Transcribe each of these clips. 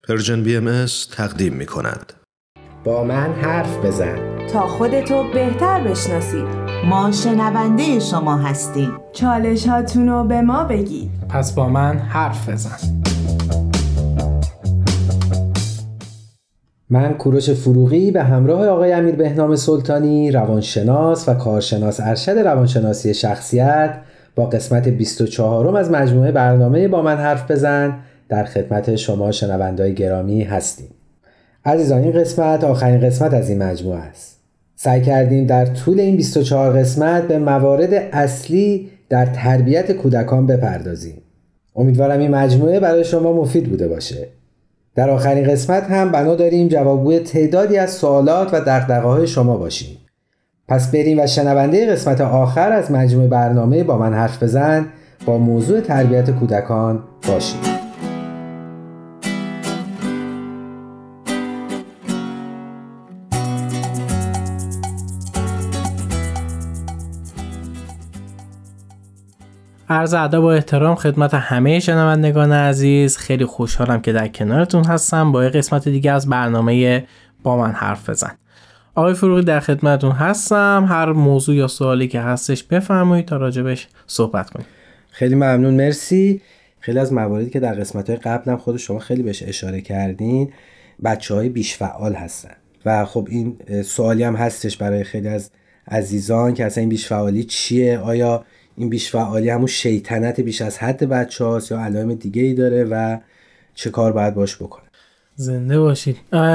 پرژن BMS تقدیم می کند. با من حرف بزن تا خودتو بهتر بشناسید. ما شنونده شما هستیم. چالشاتونو به ما بگید. پس با من حرف بزن. من کوروش فروغی به همراه آقای امیر بهنام سلطانی، روانشناس و کارشناس ارشد روانشناسی شخصیت، با قسمت 24 از مجموعه برنامه با من حرف بزن در خدمت شما شنونده‌های گرامی هستیم. عزیزان، این قسمت آخرین قسمت از این مجموعه است. سعی کردیم در طول این 24 قسمت به موارد اصلی در تربیت کودکان بپردازیم. امیدوارم این مجموعه برای شما مفید بوده باشه. در آخرین قسمت هم بنا داریم جوابگوی تعدادی از سوالات و دغدغه‌های شما باشیم. پس بریم و شنونده قسمت آخر از مجموعه برنامه با من حرف بزن با موضوع تربیت کودکان باشیم. عرض ادب و احترام خدمت همه شنوندگان عزیز. خیلی خوشحالم که در کنارتون هستم با یه قسمت دیگه از برنامه با من حرف بزن. آقای فروغی در خدمتتون هستم. هر موضوع یا سوالی که هستش بفرمایید تا راجبش صحبت کنیم. خیلی ممنون، مرسی. خیلی از مواردی که در قسمت‌های قبل هم خود شما خیلی بهش اشاره کردین بچه‌های بیش فعال هستن و خب این سوالی هم هستش برای خیلی از عزیزان که اصلا این بیش فعالی چیه؟ آیا این بیش فعالی همون شیطنت بیش از حد بچه‌هاست یا علائم دیگه‌ای داره و چه کار باید باش بکنه؟ زنده باشید.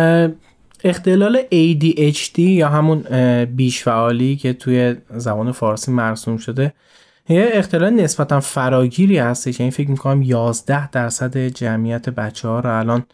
اختلال ADHD یا همون بیش فعالی که توی زبان فارسی مرسوم شده یه اختلال نسبتا فراگیری هستش. یعنی فکر می‌کنم 11% جمعیت بچه‌ها رو الان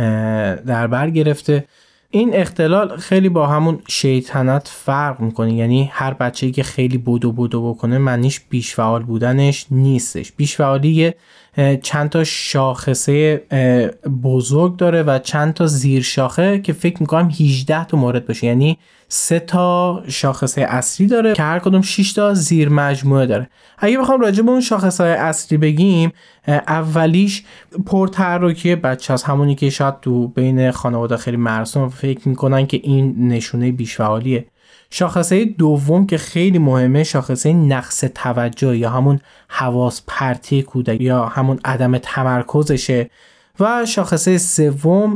در بر گرفته. این اختلال خیلی با همون شیطنت فرق میکنه. یعنی هر بچه‌ای که خیلی بدو بکنه معنیش بیش فعال بودنش نیستش. بیش فعالی چند تا شاخصه بزرگ داره و چند تا زیر شاخه که فکر میکنم 18 تا مورد باشه. یعنی 3 تا شاخصه اصلی داره که هر کدوم 6 تا زیر مجموعه داره. اگه بخوام راجع به اون شاخصهای اصلی بگیم، اولیش پرتحرکی بچه است، همونی که شاید تو بین خانواده خیلی مرسوم فکر میکنن که این نشونه بیش فعالیه. شاخصه دوم که خیلی مهمه شاخصه نقص توجه یا همون حواس پرتی کودک یا همون عدم تمرکزشه. و شاخصه سوم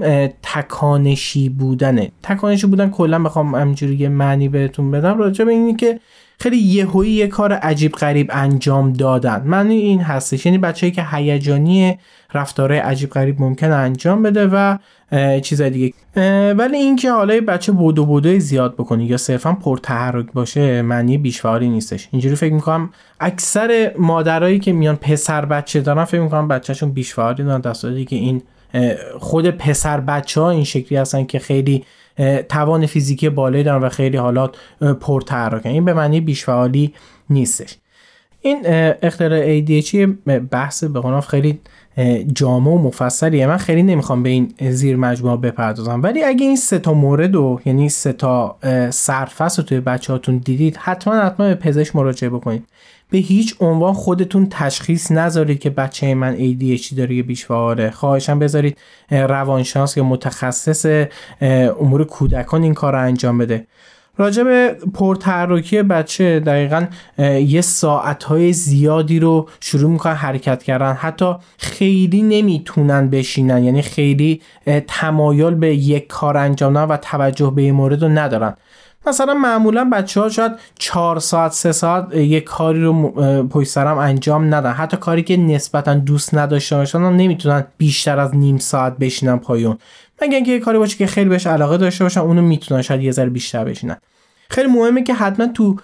تکانشی بودنه. تکانشی بودن کلا بخوام همینجوری یه معنی بهتون بدم راجع به اینی که خیلی یهویی یه کار عجیب غریب انجام دادن. معنی این هستش، یعنی بچه‌ای که هیجانی رفتارهای عجیب غریب ممکنه انجام بده و چیزای دیگه. ولی این که حالا بچه بدوی زیاد بکنه یا صرفا پرتحرک باشه معنی بیش فعالی نیستش. اینجوری فکر می‌کنم اکثر مادرایی که میان پسر بچه دارن فکر می‌کنم بچه‌شون بیش فعالی دارن، در صورتی که این خود پسر بچه‌ها این شکلی هستن که خیلی توان فیزیکی بالایی دارن و خیلی حالات پرتحرکن. این به معنی بیش فعالی نیستش. این اختلال ADHD بحث به قول خیلی جامع و مفصلیه. من خیلی نمیخوام به این زیر مجموعه بپردازم، ولی اگه این 3 تا موردو یعنی 3 تا سرفصل رو توی بچه‌هاتون دیدید حتما به پزشک مراجعه بکنید. به هیچ عنوان خودتون تشخیص نذارید که بچه من ADHD داره یا بیش فعاله. خواهشاً بذارید روانشناس یا متخصص امور کودکان این کار رو انجام بده. راجع به پرتحرکی بچه دقیقاً یه ساعتهای زیادی رو شروع میکنن حرکت کردن، حتی خیلی نمیتونن بشینن، یعنی خیلی تمایل به یک کار انجام دادن و توجه به این مورد رو ندارن. مثلا معمولا بچه‌ها شاید 4 ساعت 3 ساعت یک کاری رو پشت سرم انجام ندن، حتی کاری که نسبتا دوست نداشته باشن هم نمیتونن بیشتر از نیم ساعت بشینن پایون، مگر اینکه یه کاری باشه که خیلی بهش علاقه داشته باشن، اونو میتونن شاید یه ذره بیشتر بشینن. خیلی مهمه که حتما تو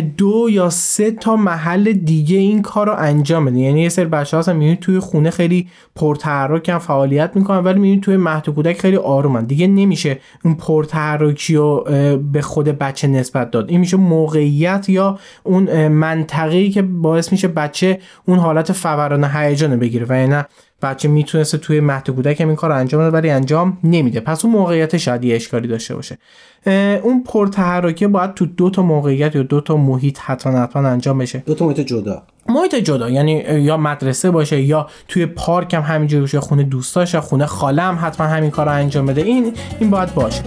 2 یا 3 تا محل دیگه این کار رو انجام بدین. یعنی یه سری بچه‌ها هستن میبینید توی خونه خیلی پرتحرکن، فعالیت میکنن، ولی میبینید توی مهد کودک خیلی آرومن. دیگه نمیشه اون پرتحرکی رو به خود بچه نسبت داد. این میشه موقعیت یا اون منطقه‌ای که باعث میشه بچه اون حالت فوران هیجان بگیره و یعنی بچه میتونسته توی مهد کودک هم این کار انجام بده ولی انجام نمیده. پس اون موقعیت شاید یه اشکالی داشته باشه. اون پرتحرکی باید تو 2 تا موقعیت یا 2 تا محیط حتما انجام بشه. 2 تا محیط جدا. محیط جدا، یعنی یا مدرسه باشه یا توی پارک هم همینجوری باشه، خونه دوستاش، خونه خاله هم حتما همین کارو انجام بده. این باید باشه.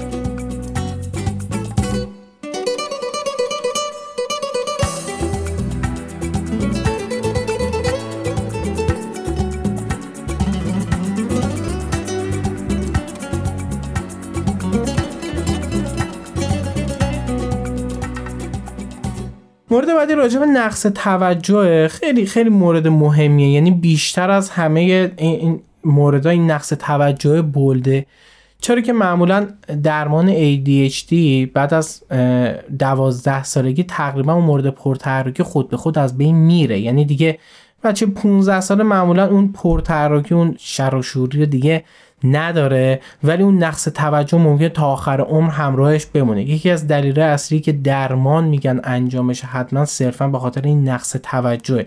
مورد بعدی راجع به نقص توجه، خیلی خیلی مورد مهمیه، یعنی بیشتر از همه این موردها این نقص توجه بولده. چرا که معمولا درمان ADHD بعد از 12 سالگی تقریبا اون مورد پرتحرکی خود به خود از بین میره. یعنی دیگه بچه 15 ساله معمولا اون پرتحرکی، اون شر و شوری دیگه نداره، ولی اون نقص توجه ممکنه تا آخر عمر همراهش بمونه. یکی از دلایل اصلی که درمان میگن انجامش حتما صرفا به خاطر این نقص توجه،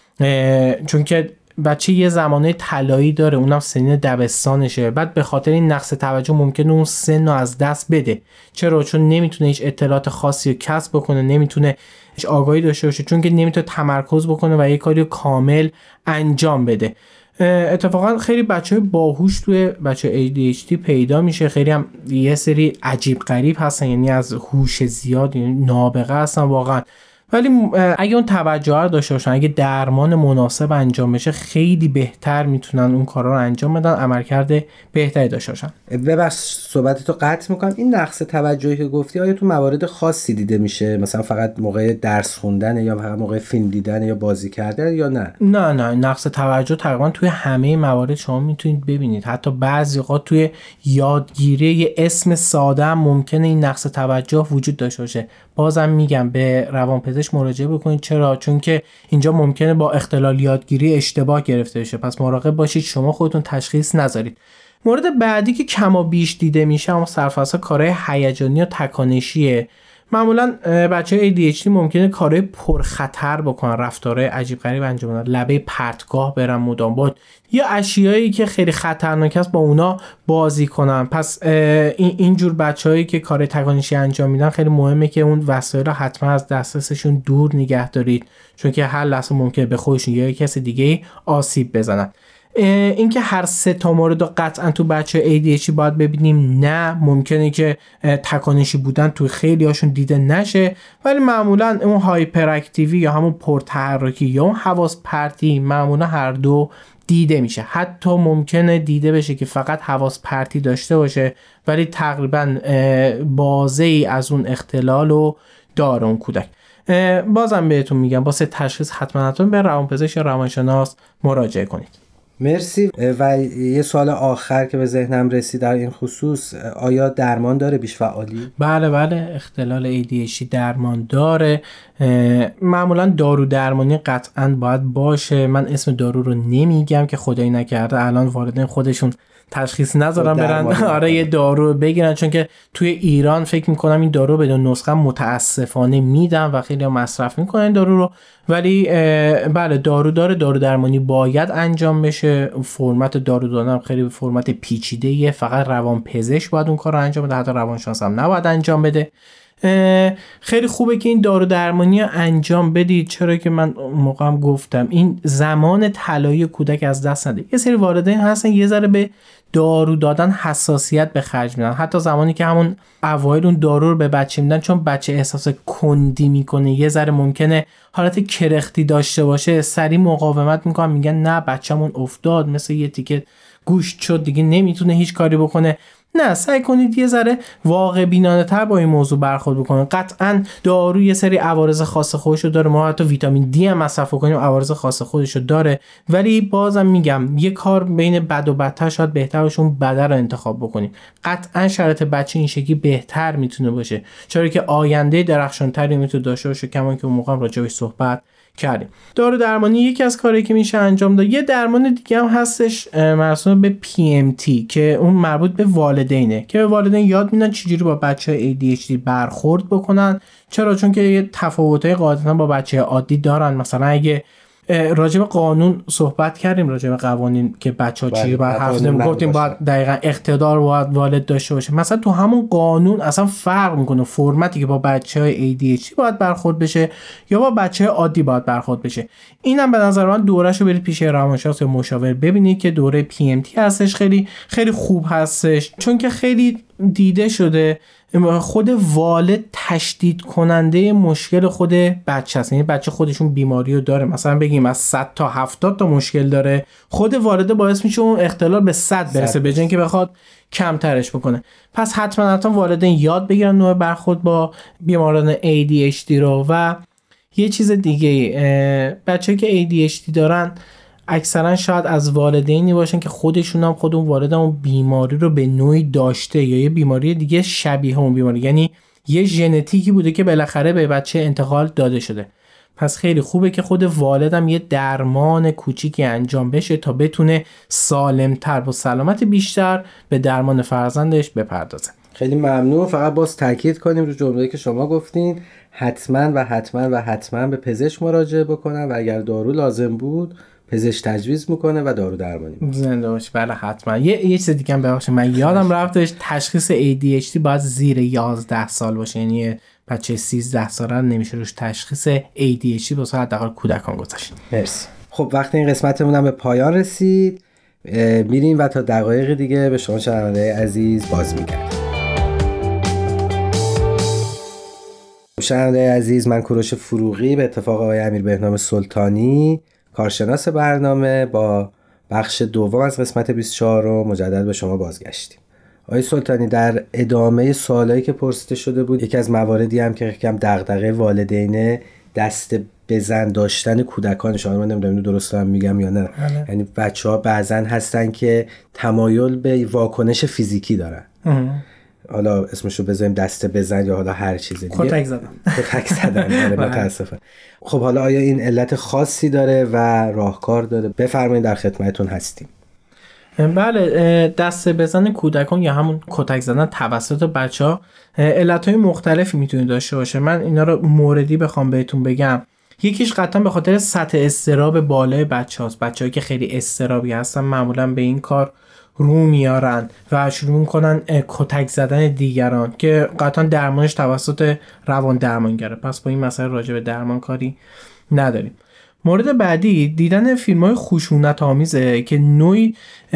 چون که بچه یه زمانه طلایی داره، اونم سنین دبستانشه، بعد به خاطر این نقص توجه ممکنه اون سن رو از دست بده. چرا؟ چون نمیتونه هیچ اطلاعات خاصی رو کسب بکنه، نمیتونه هیچ آگاهی داشته باشه، چون که نمیتونه تمرکز بکنه و یه کاری کامل انجام بده. اتفاقا خیلی بچه‌های باهوش توی بچه ADHD پیدا میشه، خیلی هم یه سری عجیب غریب هستن، یعنی از هوش زیاد، یعنی نابغه هستن واقعا. ولی اگه اون توجه رو داشته باشن، اگه درمان مناسب انجام بشه، خیلی بهتر میتونن اون کارا رو انجام بدن، عملکرد بهتری داشته باشن. ببخش صحبتتو قطع میکنم. این نقص توجهی که گفتی آیا تو موارد خاصی دیده میشه؟ مثلا فقط موقع درس خوندن یا فقط موقع فیلم دیدن یا بازی کردن یا نه؟ نه نقص توجه تقریبا توی همه موارد شما میتونید ببینید. حتی بعضی وقت توی یادگیری یه اسم ساده هم ممکنه این نقص توجه وجود داشته باشه. بازم میگم به روانپزشک مراجعه بکنید. چرا؟ چون که اینجا ممکنه با اختلال یادگیری اشتباه گرفته بشه، پس مراقب باشید شما خودتون تشخیص نذارید. مورد بعدی که کم و بیش دیده میشه اما سرفصل کارهای هیجانی و تکانشیه. معمولا بچه‌های ADHD ممکنه کارهای پرخطر بکنن، رفتارهای عجیب غریب انجام بدن، لبه پرتگاه برن مدام بود، یا اشیایی که خیلی خطرناک است با اونا بازی کنن. پس اینجور بچه‌هایی که کار تکانشی انجام میدن خیلی مهمه که اون وسایل رو حتما از دسترسشون دور نگه دارید، چون که هر لحظه ممکنه به خودشون یا کسی دیگه آسیب بزنن. اینکه هر سه تا مورد قطعا تو بچه ADHD باید ببینیم، نه، ممکنه که تکانشی بودن تو خیلی هاشون دیده نشه، ولی معمولا اون هایپر اکتیوی یا همون پرتحرکی یا اون حواس پرتی معمولا هر دو دیده میشه. حتی ممکنه دیده بشه که فقط حواس پرتی داشته باشه ولی تقریبا بازه‌ای از اون اختلالو داره اون کودک. بازم بهتون میگم واسه تشخیص حتما به روانپزشک یا روانشناس مراجعه کنید. مرسی. و یه سوال آخر که به ذهنم رسید در این خصوص، آیا درمان داره بیش فعالی؟ بله، اختلال ADHD درمان داره. معمولا دارو درمانی قطعا باید باشه. من اسم دارو رو نمیگم که خدایی نکرده الان والدین خودشون تشخیص نذارن برن آره یه دارو بگیرن، چون که توی ایران فکر میکنم این دارو بدون نسخه متاسفانه میدن و خیلی مصرف میکنن این دارو رو. ولی بله دارو داره، دارو درمانی باید انجام بشه. فرمت دارو دادن خیلی فرمت پیچیده‌ایه، فقط روانپزشک باید اون کار رو انجام بده، حتی روانشناس هم نباید انجام بده. خیلی خوبه که این دارو درمانی انجام بدید، چرا که من موقعم گفتم این زمان طلایی کودک از دست نده. یه سری والدین هستن یه ذره به دارو دادن حساسیت به خرج میدن، حتی زمانی که همون اوایل اون دارو رو به بچه میدن، چون بچه احساس کندی میکنه، یه ذره ممکنه حالت کرختی داشته باشه، سریع مقاومت میکنن، میگن نه بچه‌مون افتاد، مثل یه تیکه گوشت شد دیگه نمیتونه هیچ کاری بکنه. نه، سعی کنید یه ذره واقع بینانه تر با این موضوع برخورد بکنید. قطعاً دارو یه سری عوارض خاص خودشو داره، ما حتی ویتامین دی هم مصرف کنیم عوارض خاص خودشو داره، ولی بازم میگم یه کار بین بد و بدتر شاید بهتر باشه اون بد رو انتخاب بکنیم. قطعاً شرایط بچه این شکلی بهتر میتونه باشه، چرا که آینده درخشانتری میتونه داشته باشه، کما که اون موقع راجع بهش صحبت کردیم. دارو درمانی یکی از کارهایی که میشه انجام داد. یه درمان دیگه هم هستش مربوط به PMT که اون مربوط به والدینه، که به والدین یاد میدن چجوری با بچه ADHD برخورد بکنن. چرا؟ چون که یه تفاوتای قاعدتا با بچه عادی دارن. مثلا اگه راجع به قانون صحبت کردیم، راجع به قوانین که بچه‌ها چی باید حرف زدیم، گفتیم باید دقیقاً اقتدار باید والد داشته باشه. مثلا تو همون قانون اصلا فرق میکنه فرمتی که با بچه‌های ADHD باید برخورد بشه یا با بچه‌های عادی باید برخورد بشه. اینم به نظر من دورهشو برید پیش روانشناس یا مشاور ببینید که دوره PMT هستش، خیلی خیلی خوب هستش، چون که خیلی دیده شده خود والد تشدید کننده مشکل خود بچه است. یعنی بچه خودشون بیماری رو داره، مثلا بگیم از 100 تا 70 تا مشکل داره، خود والد باعث میشه اون اختلال به 100 برسه به جای اینکه بخواد کمترش بکنه. پس حتما والدین یاد بگیرن نوع برخورد با بیماران ADHD رو. و یه چیز دیگه، بچه‌ای که ADHD دارن اکثرا شاید از والدینی باشن که خودشون هم خود اون والد اون بیماری رو به نوعی داشته یا یه بیماری دیگه شبیه اون بیماری، یعنی یه ژنتیکی بوده که بالاخره به بچه انتقال داده شده. پس خیلی خوبه که خود والد هم یه درمان کوچیکی انجام بشه تا بتونه سالمتر با سلامت بیشتر به درمان فرزندش بپردازه. خیلی ممنون. فقط باز تاکید کنیم رو جمله‌ای که شما گفتین، حتما به پزشک مراجعه بکنن و اگر دارو لازم بود پزشک تجویز میکنه و دارو درمانی میکنه. زنده باش. بله حتما. یه چیز دیگه هم ببخشید من یادم رفتش، تشخیص ADHD باید زیر 11 سال باشه، یعنی بچه 13 ساله نمیشه روش تشخیص ADHD واسه حداقل کودکان گذاشت. مرسی. خب وقتی این قسمتمون هم به پایان رسید، میریم و تا دقایق دیگه به شما شنونده عزیز باز میگردیم. شنونده عزیز، من کوروش فروغی به اتفاق آقای امیر بهنام سلطانی کارشناس برنامه با بخش دوم از قسمت 24 رو مجدد به شما بازگشتیم. آقای سلطانی، در ادامه سوالایی که پرسیده شده بود، یکی از مواردی هم که کم دغدغه والدین دست بزن داشتن کودکانشون، من نمیدونم درست دارم میگم یا نه، یعنی بچه‌ها بعضن هستن که تمایل به واکنش فیزیکی دارن. حالا اسمشو بذاریم دست بزن یا حالا هر چیز دیگه، کتک زدن متاسفانه. خب حالا آیا این علت خاصی داره و راهکار داره؟ بفرمایید، در خدمتتون هستیم. بله، دست بزن کودکان یا همون کتک زدن توسط بچه‌ها علت‌های مختلفی میتونه داشته باشه. من اینا رو موردی بخوام بهتون بگم، یکیش قطعا به خاطر سطح اضطراب بالای بچه‌هاست. بچه‌هایی که خیلی اضطرابی هستن معمولا به این کار رو میارن و شروع میکنن کتک زدن دیگران که قطعا درمانش توسط روان درمانگره. پس با این مسئله راجع به درمان کاری نداریم. مورد بعدی دیدن فیلم‌های خشونت آمیزه که نوعی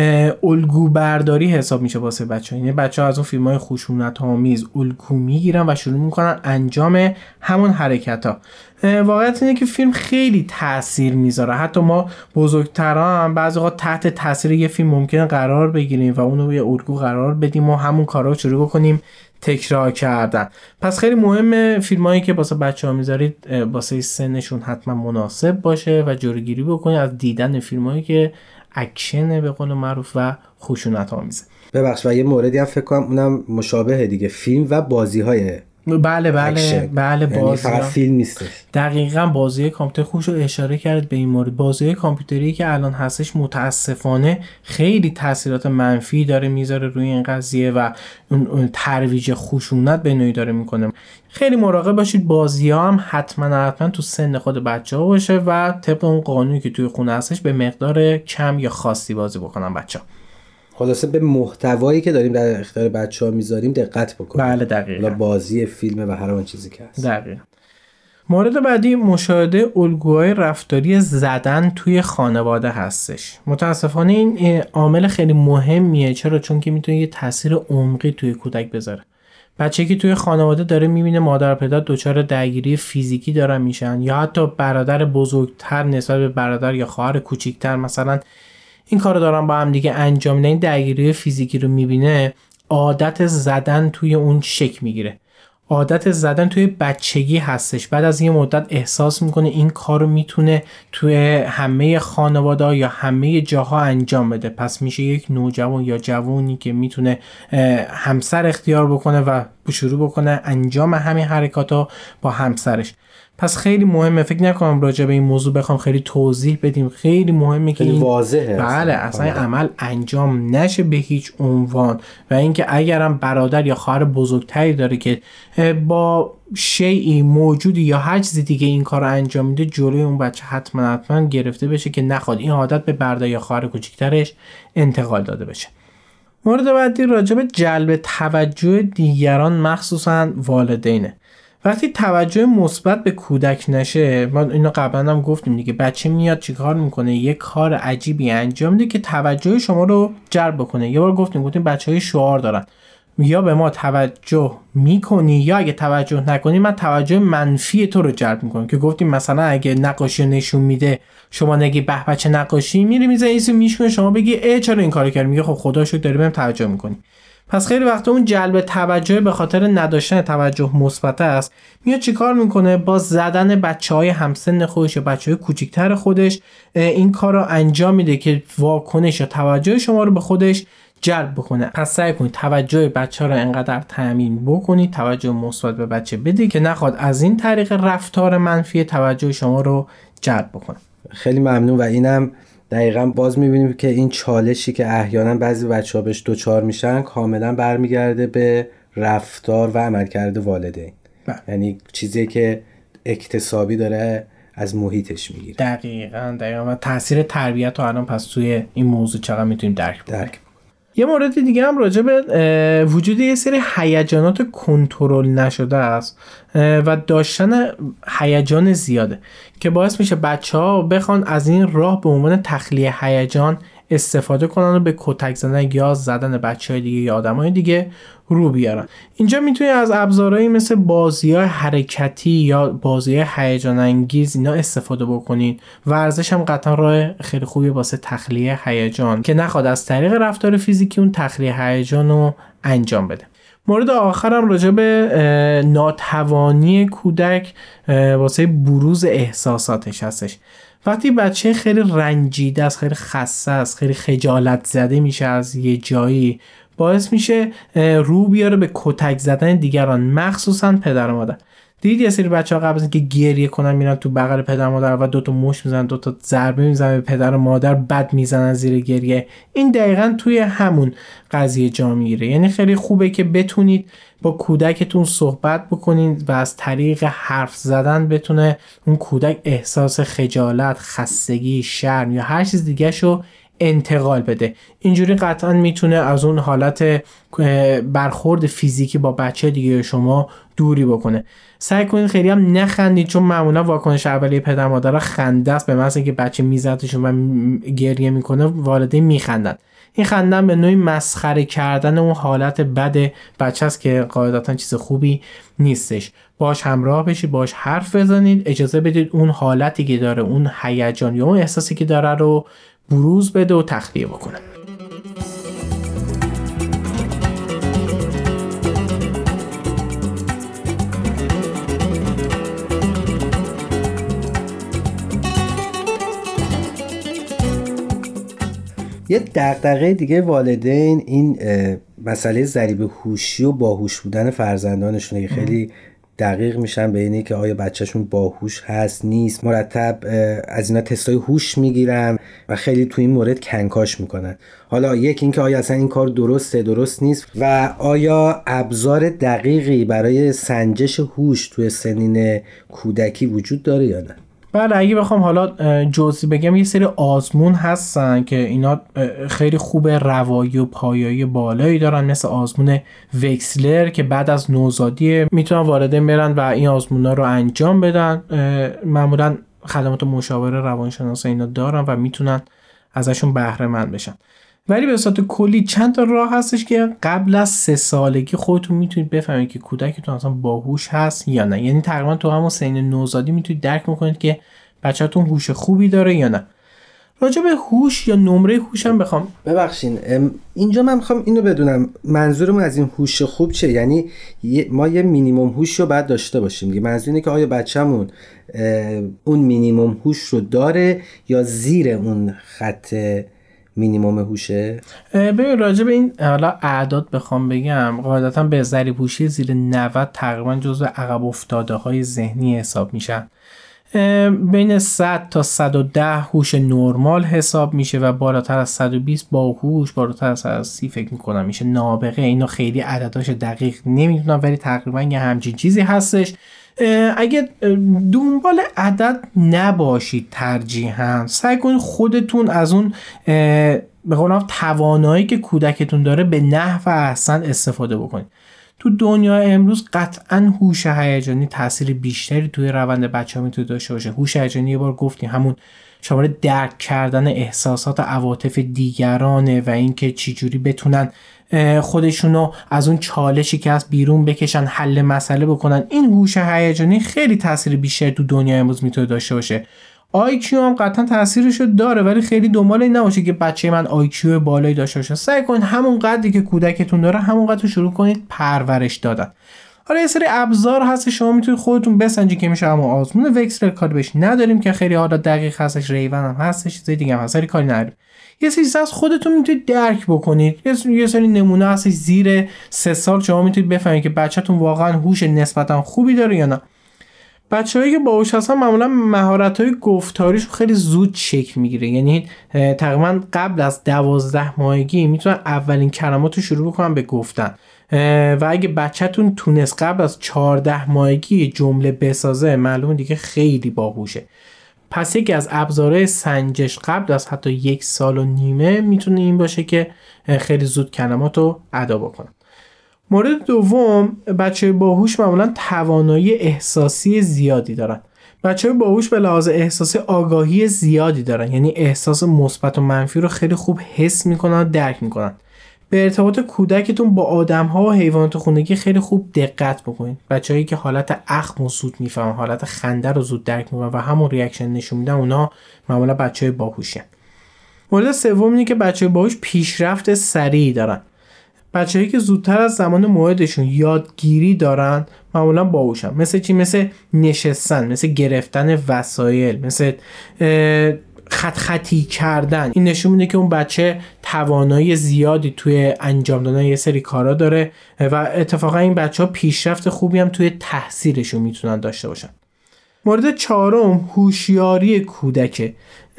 الگو برداری حساب میشه واسه بچه‌ها. یعنی بچه‌ها از اون فیلم‌های خشونت آمیز الگو میگیرن و شروع میکنن انجام همون حرکت‌ها. واقعیت اینه که فیلم خیلی تاثیر میذاره. حتی ما بزرگترا هم بعضی وقت تحت تاثیر یه فیلم ممکنه قرار بگیریم و اونو یه الگو قرار بدیم و همون کارا رو شروع بکنیم تکرار کردن. پس خیلی مهمه فیلمایی که واسه بچه‌ها میذارید واسه سنشون حتما مناسب باشه و جلوگیری بکنید از دیدن فیلمایی که اکشن به قول معروف و خشونت آمیزه. ببخشید، و یه موردی هم فکر کنم اونم مشابهه دیگه، فیلم و بازی‌های بله یعنی فقط فیلم نیستش. دقیقاً بازی کامپیوتر خوش رو اشاره کرد به این مورد. بازی کامپیوتری که الان هستش متاسفانه خیلی تاثیرات منفی داره میذاره روی این قضیه و اون ترویج خشونت به نوعی داره میکنه. خیلی مراقب باشید. بازی‌ها هم حتما تو سن خود بچه‌ها باشه و طبق اون قانونی که توی خونه هستش به مقدار کم یا خاصی بازی بکنن بچه‌ها. خلاصه به محتوایی که داریم در اختیار بچه‌ها میذاریم دقت بکنیم. بله دقیقاً. بازی، فیلم و هر آن چیزی که هست. دقیقاً. مورد بعدی مشاهده الگوهای رفتاری زدن توی خانواده هستش. متاسفانه این عامل خیلی مهمیه. چرا؟ چون که میتونه یه تاثیر عمقی توی کودک بذاره. بچه‌ای که توی خانواده داره میبینه مادر و پدر دچار درگیری فیزیکی دارن میشن یا حتی برادر بزرگتر نسبت به برادر یا خواهر کوچیکتر مثلا این کارو دارن با هم دیگه انجام میدن، این درگیری فیزیکی رو میبینه، عادت زدن توی اون شکل میگیره. عادت زدن توی بچگی هستش. بعد از یه مدت احساس میکنه این کارو میتونه توی همه خانواده یا همه جاها انجام بده. پس میشه یک نوجوان یا جوانی که میتونه همسر اختیار بکنه و شروع بکنه انجام همین حرکاتو با همسرش. پس خیلی مهمه، فکر نکنم راجع به این موضوع بخوام خیلی توضیح بدیم، خیلی مهمه که خیلی واضحه. بله اصلا عمل انجام نشه به هیچ عنوان. و اینکه اگرم برادر یا خواهر بزرگتری داره که با شیئی موجودی یا هر چیزی دیگه این کار رو انجام میده، جلوی اون بچه حتما گرفته بشه که نخواد این عادت به برادر یا خواهر کوچیکترش انتقال داده بشه. مورد بعدی راجع به جلب توجه دیگران مخصوصا والدینه. وقتی توجه مثبت به کودک نشه، ما اینو قبلا هم گفتیم دیگه، بچه میاد چیکار میکنه؟ یه کار عجیبی انجام میده که توجه شما رو جلب بکنه. یه بار گفتیم بچهای شعار دارن، یا به ما توجه میکنی یا اگه توجه نکنی من توجه منفی تو رو جلب میکنم. که گفتیم مثلا اگه نقاشی رو نشون میده، شما نگی به بچه نقاشی، میری میزنی ایسو میشونه، شما بگی چرا این کارو کردی؟ میگه خب خدا شکر داری بهم توجه میکنی. پس خیلی وقتا اون جلب توجه به خاطر نداشتن توجه مثبت است، میاد چیکار میکنه؟ با زدن بچهای همسن خودش یا بچهای کوچیکتر خودش این کار رو انجام میده که واکنش یا توجه شما رو به خودش جلب بکنه. پس سعی کنید توجه بچه رو انقدر تامین بکنید، توجه مثبت به بچه بدید که نخواد از این طریق رفتار منفی توجه شما رو جلب بکنه. خیلی ممنون. و اینم دقیقاً باز میبینیم که این چالشی که احیانا بعضی بچه‌ها بهش دوچار میشن کاملا برمیگرده به رفتار و عملکرد والدین. یعنی چیزی که اکتسابی داره از محیطش میگیره. دقیقاً و تاثیر تربیت رو الان پس توی این موضوع چقدر میتونیم درک بکنیم. یه مورد دیگه هم راجع به وجود یه سری هیجانات کنترل نشده است و داشتن هیجان زیاده که باعث میشه بچه‌ها بخوان از این راه به عنوان تخلیه هیجان استفاده کنن و به کتک زدن یا زدن بچه‌های دیگه یا آدمای دیگه رو بیارن. اینجا میتونی از ابزارهایی مثل بازی‌های حرکتی یا بازی‌های هیجان انگیز اینا استفاده بکنین. ورزش هم قطعا راه خیلی خوبی واسه تخلیه هیجان که نخواد از طریق رفتار فیزیکی اون تخلیه هیجان رو انجام بده. مورد آخرم راجع به ناتوانی کودک واسه بروز احساساتش هستش. وقتی بچه خیلی رنجیده است، خیلی خسته است، خیلی خجالت زده میشه از یه جایی، باعث میشه رو بیاره به کتک زدن دیگران، مخصوصا پدر و مادر. دیدید یه سری بچه‌ها قبل از اینکه گریه کنن میرن تو بغل پدر و مادر و 2 مشت میزنن، 2 ضربه میزنن به پدر و مادر، بد میزنن زیر گریه. این دقیقاً توی همون قضیه جا میگیره. یعنی خیلی خوبه که بتونید با کودکتون صحبت بکنید و از طریق حرف زدن بتونه اون کودک احساس خجالت، خستگی، شرم یا هر چیز دیگه شو انتقال بده. اینجوری قطعا میتونه از اون حالت برخورد فیزیکی با بچه دیگه شما دوری بکنه. سعی کنید خیلی هم نخندید، چون معمولا واکنش اولیه پدر مادر خنده است. به مثلا که بچه میزدشون و گریه میکنه والدین میخندن. این خندن به نوعی مسخره کردن اون حالت بد بچه است که قاعدتا چیز خوبی نیستش. باش همراه بشید، باش حرف بزنید، اجازه بدید اون حالتی که داره، اون هیجان یا اون احساسی که داره رو بروز بده و تخلیه بکنه. یه دغدغه دیگه والدین این مسئله ضریب هوشی و باهوش بودن فرزندانشونه که خیلی دقیق میشن به اینه که آیا بچهشون باهوش هست نیست، مرتب از اینا تستای هوش میگیرن و خیلی تو این مورد کنکاش میکنن. حالا یک اینکه آیا اصلا این کار درست نیست و آیا ابزار دقیقی برای سنجش هوش توی سنین کودکی وجود داره یا نه؟ بله، اگه بخوام حالا جزئی بگم، یه سری آزمون هستن که اینا خیلی خوبه، روایی و پایایی بالایی دارن، مثل آزمون وکسلر که بعد از نوزادی میتونن والدین برن و این آزمونا رو انجام بدن. معمولا خدمات مشاوره روانشناس اینا دارن و میتونن ازشون بهره مند بشن. ولی به صورت کلی چند تا راه هستش که قبل از 3 سالگی خودتون میتونید بفهمید که کودکتون اصلا باهوش هست یا نه. یعنی تقریبا تو همون سن نوزادی میتونید درک میکنید که بچه‌تون هوش خوبی داره یا نه. راجع به هوش یا نمره هوش هم بخوام ببخشین، اینجا من میخوام اینو بدونم منظورمون از این هوش خوب چه؟ یعنی ما یه مینیمم هوش رو باید داشته باشیم. منظور اینه که آیا بچه‌مون اون مینیمم هوش رو داره یا زیر اون خط مینیمم هوشه؟ ببین راجع به این حالا اعداد بخوام بگم، قاعدتا به ضریب هوشی زیر 90 تقریبا جزو عقب افتاده های ذهنی حساب میشن. بین 100 تا 110 هوش نرمال حساب میشه و بالاتر از 120 باهوش، بالاتر از 130 فکر میکنم میشه نابغه. اینا خیلی عدداش دقیق نمیدونم ولی تقریبا یه همچین چیزی هستش. اگه دنبال عدد نباشید ترجیحاً سعی کنید خودتون از اون به قولم توانایی که کودکتون داره به نحو احسن استفاده بکنید. تو دنیای امروز قطعاً هوش هیجانی تاثیر بیشتری توی روند بچه‌ها میتونه داشته باشه. هوش هیجانی یه بار گفتیم همون شامل درک کردن احساسات و عواطف دیگرانه و اینکه چجوری بتونن خودشونو از اون چالشی که از بیرون بکشن، حل مسئله بکنن. این هوش هیجانی خیلی تاثیر بیشتری تو دنیای امروز میتونه داشته باشه. IQ هم قطعا تاثیرشو داره ولی خیلی دنبال این نباشه که بچه من IQ بالایی داشته باشه. سعی کنید همون قدری که کودکتون داره همون قدر شروع کنید پرورش دادن. حالا یه سری ابزار هست شما میتونید خودتون بسنجید که میشه، اما آزمون وکسلر کاری بهش نداریم که خیلی حالا دقیق هستش، ریون هم هستش، چیزای دیگه هم هست، سری کاری نداریم. یه سری چیزا خودتون میتونید درک بکنید. یه سری نمونه هست زیر 3 سال شما میتونید بفهمید که بچه‌تون واقعا هوش نسبتا خوبی داره یا نه. بچه‌هایی که باهوش هستن معمولا مهارت‌های گفتاریشون خیلی زود شکل میگیره، یعنی تقریبا قبل از 12 ماهگی میتونن اولین کلماتو شروع بکنن به گفتن و اگه بچه‌تون تونست قبل از 14 ماهگی جمله بسازه معلومه دیگه خیلی باهوشه. پس یکی از ابزارهای سنجش قبل از حتی 1 سال و نیمه میتونه این باشه که خیلی زود کلماتو ادا بکنن. مورد دوم، بچه باهوش معمولا توانایی احساسی زیادی دارن. بچه باهوش به لحاظ احساسی آگاهی زیادی دارن، یعنی احساس مثبت و منفی رو خیلی خوب حس میکنن و درک میکنن. به ارتباط کودکتون با آدم‌ها و حیوانات خونگی خیلی خوب دقت بکنید. بچه‌هایی که حالت اخم رو زود میفهمن، حالت خنده رو زود درک میکنن و همون ریاکشن نشون میدن، اونا معمولا بچه‌های باهوشن. مورد سوم اینه که بچه‌های باهوش پیشرفت سریعی دارن. بچه‌هایی که زودتر از زمان موعدشون یادگیری دارن معمولا باهوشن. مثل چی؟ مثل نشستن، مثل گرفتن وسایل، مثل خطی کردن. این نشون میده که اون بچه توانایی زیادی توی انجام دادن یه سری کارا داره و اتفاقا این بچه‌ها پیشرفت خوبی هم توی تحصیلشون میتونن داشته باشن. مورد چهارم هوشیاری کودکه،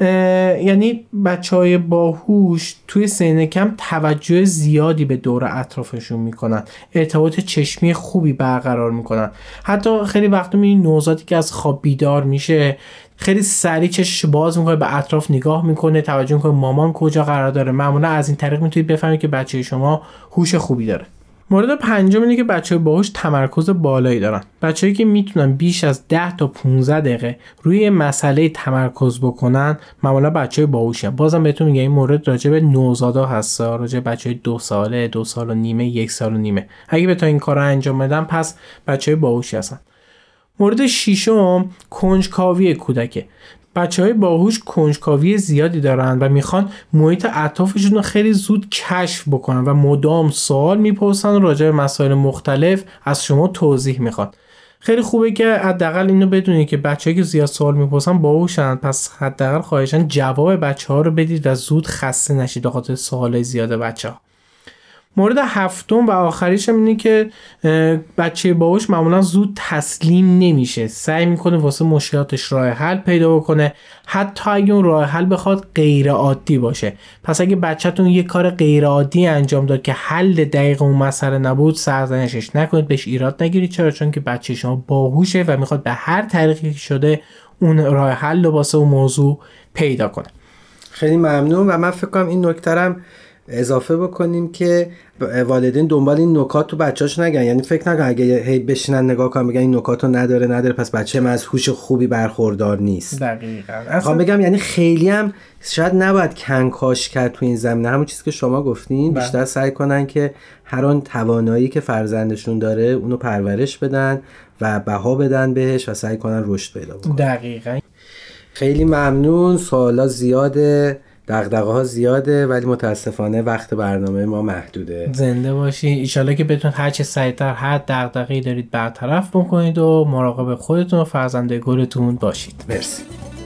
یعنی بچهای باهوش توی سن کم توجه زیادی به دور اطرافشون میکنن، ارتباط چشمی خوبی برقرار میکنن. حتی خیلی وقتا میبینی نوزادی که از خواب بیدار میشه خیلی سریع چشش باز میکنه، به اطراف نگاه میکنه، توجه میکنه مامان کجا قرار داره. معمولا از این طریق میتونید بفهمید که بچه شما هوش خوبی داره. مورد پنجم اینه که بچه‌های باهوش تمرکز بالایی دارن. بچه‌ای که میتونن بیش از 10 تا 15 دقیقه روی مسئله تمرکز بکنن معمولا بچه‌های باهوشن. بازم بهتون میگم این مورد راجع به نوزادا هست، راجع به بچه‌های 2 ساله، 2 سال و نیمه، 1 سال و نیمه. اگه بتونن این کارو انجام بدن پس بچه‌های باهوشی هستن. مورد ششم کنجکاوی کودکه. بچه‌های باهوش کنجکاوی زیادی دارن و میخوان محیط اطرافشون رو خیلی زود کشف بکنن و مدام سوال میپرسن راجع به مسائل مختلف از شما توضیح میخوان. خیلی خوبه که حداقل اینو بدونید که بچه‌ای که زیاد سوال میپرسن باهوشن، پس حداقل خواهشاً جواب بچه‌ها رو بدید و زود خسته نشید به خاطر سوالای زیاد بچه‌ها. مورد هفتم و آخریش هم اینه که بچه باهوش معمولا زود تسلیم نمیشه، سعی میکنه واسه مشکلاتش راه حل پیدا بکنه، حتی اگه اون راه حل بخواد غیر عادی باشه. پس اگه بچه‌تون یه کار غیر عادی انجام داد که حل دقیق اون مسئله نبود، سرزنشش نکنید، بهش ایراد نگیرید. چرا؟ چون که بچه شما باهوشه و میخواد به هر طریقی که شده اون راه حل رو واسه اون موضوع پیدا کنه. خیلی ممنون. و من فکر کنم این نکته اضافه بکنیم که والدین دنبال این نکات تو بچه‌اش نگن، یعنی فکر نکن اگه هی بشینن نگاه کنن بگن این نکاتو نداره پس بچه من از هوش خوبی برخوردار نیست. دقیقاً. میخوام بگم یعنی خیلی هم شاید نباید کنکاش کرد تو این زمینه، همون چیزی که شما گفتین. بیشتر سعی کنن که هر آن توانایی که فرزندشون داره اونو پرورش بدن و بها بدن بهش و سعی کنن رشد پیدا بکنن. دقیقاً. خیلی ممنون. سوالا زیاده، دغدغه‌ها زیاده، ولی متاسفانه وقت برنامه ما محدوده. زنده باشی. ایشالله که بتونید هر چه سریعتر هر دغدغه‌ای دارید برطرف بکنید و مراقب خودتون و فرزند گلتون باشید. مرسی.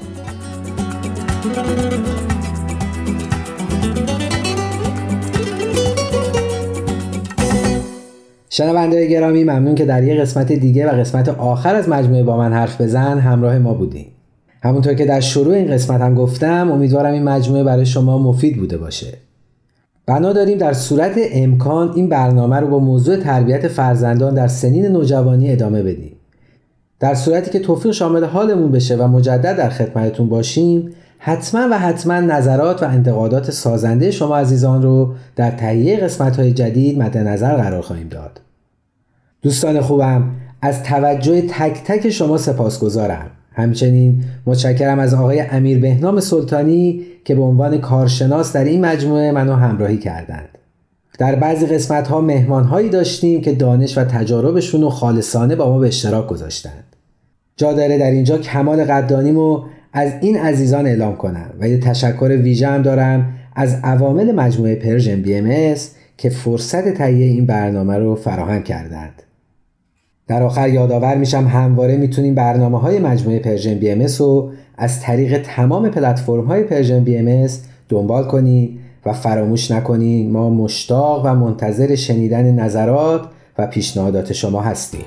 شنونده‌های گرامی، ممنون که در یه قسمت دیگه و قسمت آخر از مجموعه با من حرف بزن همراه ما بودین. همونطور که در شروع این قسمت هم گفتم، امیدوارم این مجموعه برای شما مفید بوده باشه. بنا داریم در صورت امکان این برنامه رو با موضوع تربیت فرزندان در سنین نوجوانی ادامه بدیم. در صورتی که توفیق شامل حالمون بشه و مجدد در خدمتتون باشیم، حتما نظرات و انتقادات سازنده شما عزیزان رو در تهیه قسمت‌های جدید مد نظر قرار خواهیم داد. دوستان خوبم، از توجه تک تک شما سپاسگزارم. همچنین متشکرم از آقای امیر بهنام سلطانی که به عنوان کارشناس در این مجموعه منو همراهی کردند. در بعضی قسمت‌ها مهمان‌هایی داشتیم که دانش و تجاربشون رو خالصانه با ما به اشتراک گذاشتند. جا داره در اینجا کمال قدردانیمو از این عزیزان اعلام کنم و یه تشکر ویژه هم دارم از عوامل مجموعه پرژن BMS که فرصت تهیه این برنامه رو فراهم کردند. در آخر یادآور میشم همواره میتونیم برنامه‌های مجموعه پرژن BMS رو از طریق تمام پلتفرم‌های پرژن BMS دنبال کنید و فراموش نکنید ما مشتاق و منتظر شنیدن نظرات و پیشنهادات شما هستیم.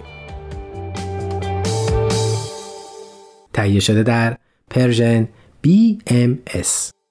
تهیه شده در پرژن BMS.